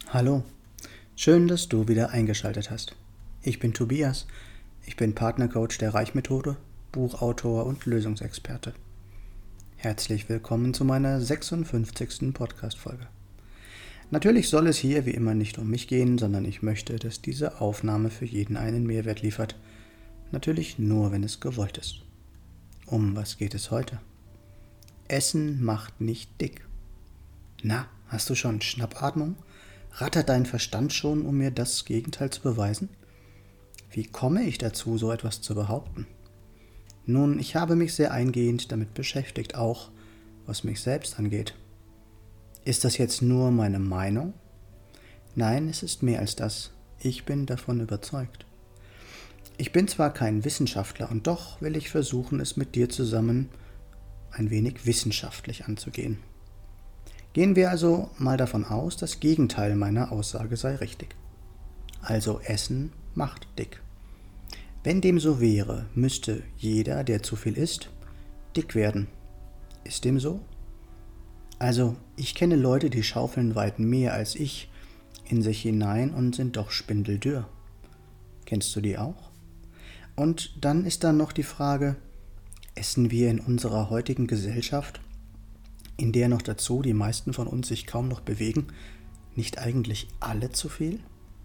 Hallo, schön, dass du wieder eingeschaltet hast. Ich bin Tobias, ich bin Partnercoach der Reichmethode, Buchautor und Lösungsexperte. Herzlich willkommen zu meiner 56. Podcast-Folge. Natürlich soll es hier wie immer nicht um mich gehen, sondern ich möchte, dass diese Aufnahme für jeden einen Mehrwert liefert. Natürlich nur, wenn es gewollt ist. Um was geht es heute? Essen macht nicht dick. Na, hast du schon Schnappatmung? Rattert dein Verstand schon, um mir das Gegenteil zu beweisen? Wie komme ich dazu, so etwas zu behaupten? Nun, ich habe mich sehr eingehend damit beschäftigt, auch was mich selbst angeht. Ist das jetzt nur meine Meinung? Nein, es ist mehr als das. Ich bin davon überzeugt. Ich bin zwar kein Wissenschaftler und doch will ich versuchen, es mit dir zusammen ein wenig wissenschaftlich anzugehen. Gehen wir also mal davon aus, das Gegenteil meiner Aussage sei richtig. Also Essen macht dick. Wenn dem so wäre, müsste jeder, der zu viel isst, dick werden. Ist dem so? Also, ich kenne Leute, die schaufeln weit mehr als ich in sich hinein und sind doch spindeldürr. Kennst du die auch? Und dann ist da noch die Frage, essen wir in unserer heutigen Gesellschaft, in der noch dazu die meisten von uns sich kaum noch bewegen, nicht eigentlich alle zu viel?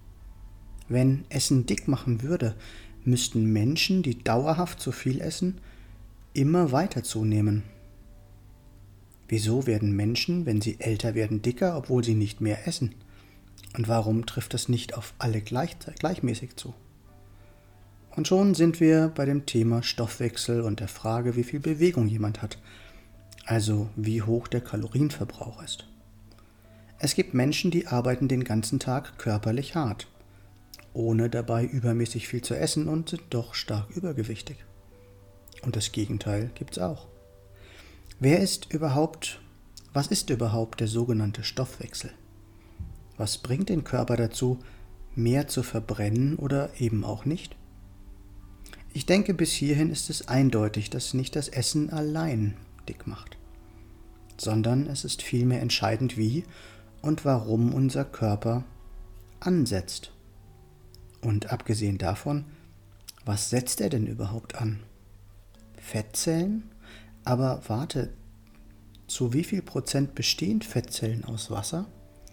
Wenn Essen dick machen würde, müssten Menschen, die dauerhaft zu viel essen, immer weiter zunehmen. Wieso werden Menschen, wenn sie älter werden, dicker, obwohl sie nicht mehr essen? Und warum trifft das nicht auf alle gleichmäßig zu? Und schon sind wir bei dem Thema Stoffwechsel und der Frage, wie viel Bewegung jemand hat. Also wie hoch der Kalorienverbrauch ist. Es gibt Menschen, die arbeiten den ganzen Tag körperlich hart, ohne dabei übermäßig viel zu essen und sind doch stark übergewichtig. Und das Gegenteil gibt's auch. Was ist überhaupt der sogenannte Stoffwechsel? Was bringt den Körper dazu, mehr zu verbrennen oder eben auch nicht? Ich denke, bis hierhin ist es eindeutig, dass nicht das Essen allein dick macht, sondern es ist vielmehr entscheidend, wie und warum unser Körper ansetzt. Und abgesehen davon, was setzt er denn überhaupt an? Fettzellen? Aber warte, zu wie viel Prozent bestehen Fettzellen aus Wasser?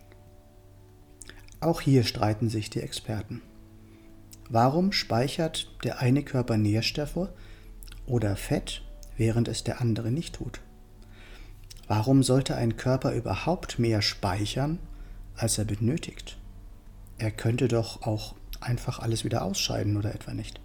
Auch hier streiten sich die Experten. Warum speichert der eine Körper Nährstoffe oder Fett, während es der andere nicht tut? Warum sollte ein Körper überhaupt mehr speichern, als er benötigt? Er könnte doch auch einfach alles wieder ausscheiden, oder etwa nicht?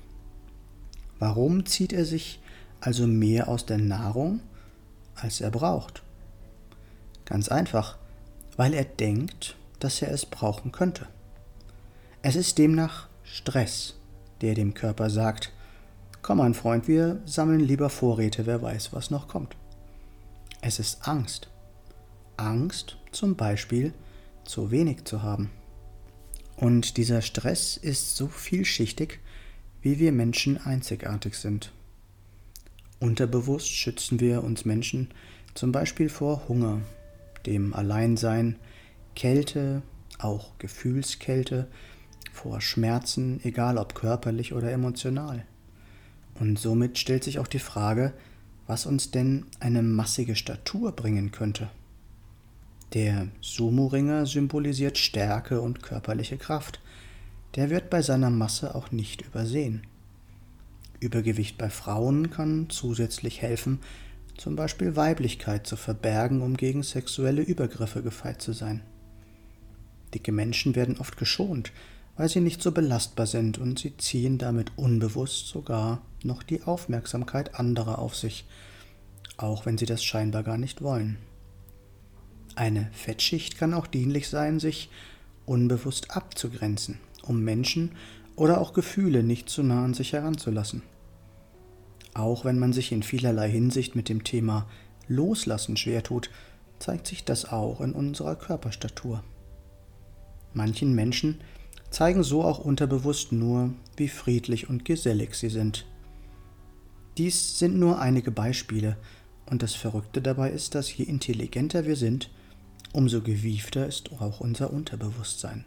Warum zieht er sich also mehr aus der Nahrung, als er braucht? Ganz einfach, weil er denkt, dass er es brauchen könnte. Es ist demnach Stress, der dem Körper sagt, komm mein Freund, wir sammeln lieber Vorräte, wer weiß, was noch kommt. Es ist Angst. Angst, zum Beispiel, zu wenig zu haben. Und dieser Stress ist so vielschichtig, wie wir Menschen einzigartig sind. Unterbewusst schützen wir uns Menschen zum Beispiel vor Hunger, dem Alleinsein, Kälte, auch Gefühlskälte, vor Schmerzen, egal ob körperlich oder emotional. Und somit stellt sich auch die Frage, was uns denn eine massige Statur bringen könnte. Der Sumo-Ringer symbolisiert Stärke und körperliche Kraft. Der wird bei seiner Masse auch nicht übersehen. Übergewicht bei Frauen kann zusätzlich helfen, zum Beispiel Weiblichkeit zu verbergen, um gegen sexuelle Übergriffe gefeit zu sein. Dicke Menschen werden oft geschont, weil sie nicht so belastbar sind und sie ziehen damit unbewusst sogar noch die Aufmerksamkeit anderer auf sich, auch wenn sie das scheinbar gar nicht wollen. Eine Fettschicht kann auch dienlich sein, sich unbewusst abzugrenzen, um Menschen oder auch Gefühle nicht zu nah an sich heranzulassen. Auch wenn man sich in vielerlei Hinsicht mit dem Thema Loslassen schwer tut, zeigt sich das auch in unserer Körperstatur. Manchen Menschen zeigen so auch unterbewusst nur, wie friedlich und gesellig sie sind. Dies sind nur einige Beispiele, und das Verrückte dabei ist, dass je intelligenter wir sind, umso gewiefter ist auch unser Unterbewusstsein.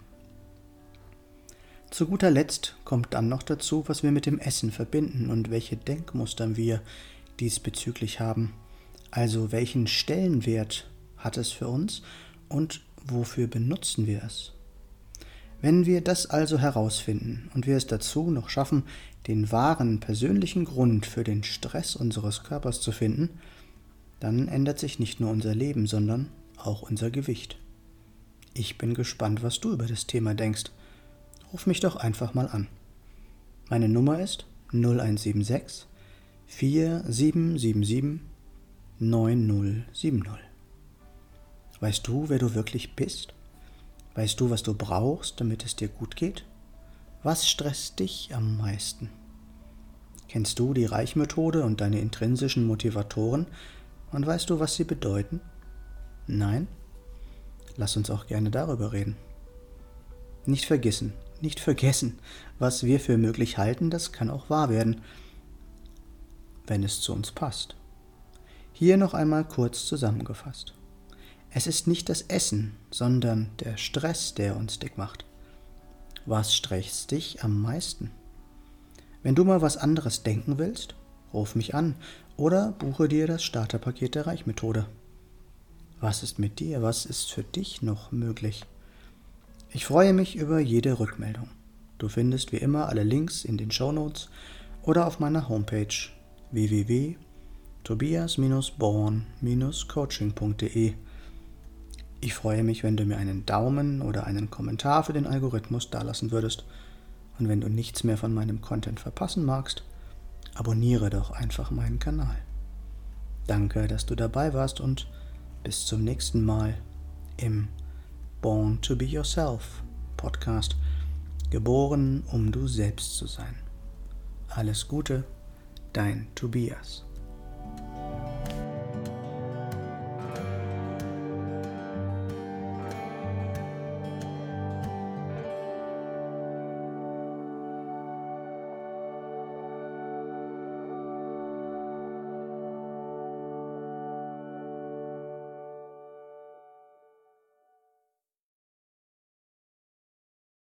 Zu guter Letzt kommt dann noch dazu, was wir mit dem Essen verbinden und welche Denkmuster wir diesbezüglich haben. Also welchen Stellenwert hat es für uns und wofür benutzen wir es? Wenn wir das also herausfinden und wir es dazu noch schaffen, den wahren persönlichen Grund für den Stress unseres Körpers zu finden, dann ändert sich nicht nur unser Leben, sondern auch unser Gewicht. Ich bin gespannt, was du über das Thema denkst. Ruf mich doch einfach mal an. Meine Nummer ist 0176 4777 9070. Weißt du, wer du wirklich bist? Weißt du, was du brauchst, damit es dir gut geht? Was stresst dich am meisten? Kennst du die Reichmethode und deine intrinsischen Motivatoren und weißt du, was sie bedeuten? Nein? Lass uns auch gerne darüber reden. Nicht vergessen, was wir für möglich halten, das kann auch wahr werden, wenn es zu uns passt. Hier noch einmal kurz zusammengefasst. Es ist nicht das Essen, sondern der Stress, der uns dick macht. Was stresst dich am meisten? Wenn du mal was anderes denken willst, ruf mich an oder buche dir das Starterpaket der Reichmethode. Was ist mit dir? Was ist für dich noch möglich? Ich freue mich über jede Rückmeldung. Du findest wie immer alle Links in den Shownotes oder auf meiner Homepage www.tobias-born-coaching.de. Ich freue mich, wenn du mir einen Daumen oder einen Kommentar für den Algorithmus dalassen würdest. Und wenn du nichts mehr von meinem Content verpassen magst, abonniere doch einfach meinen Kanal. Danke, dass du dabei warst und bis zum nächsten Mal im Born to be Yourself Podcast. Geboren, um du selbst zu sein. Alles Gute, dein Tobias.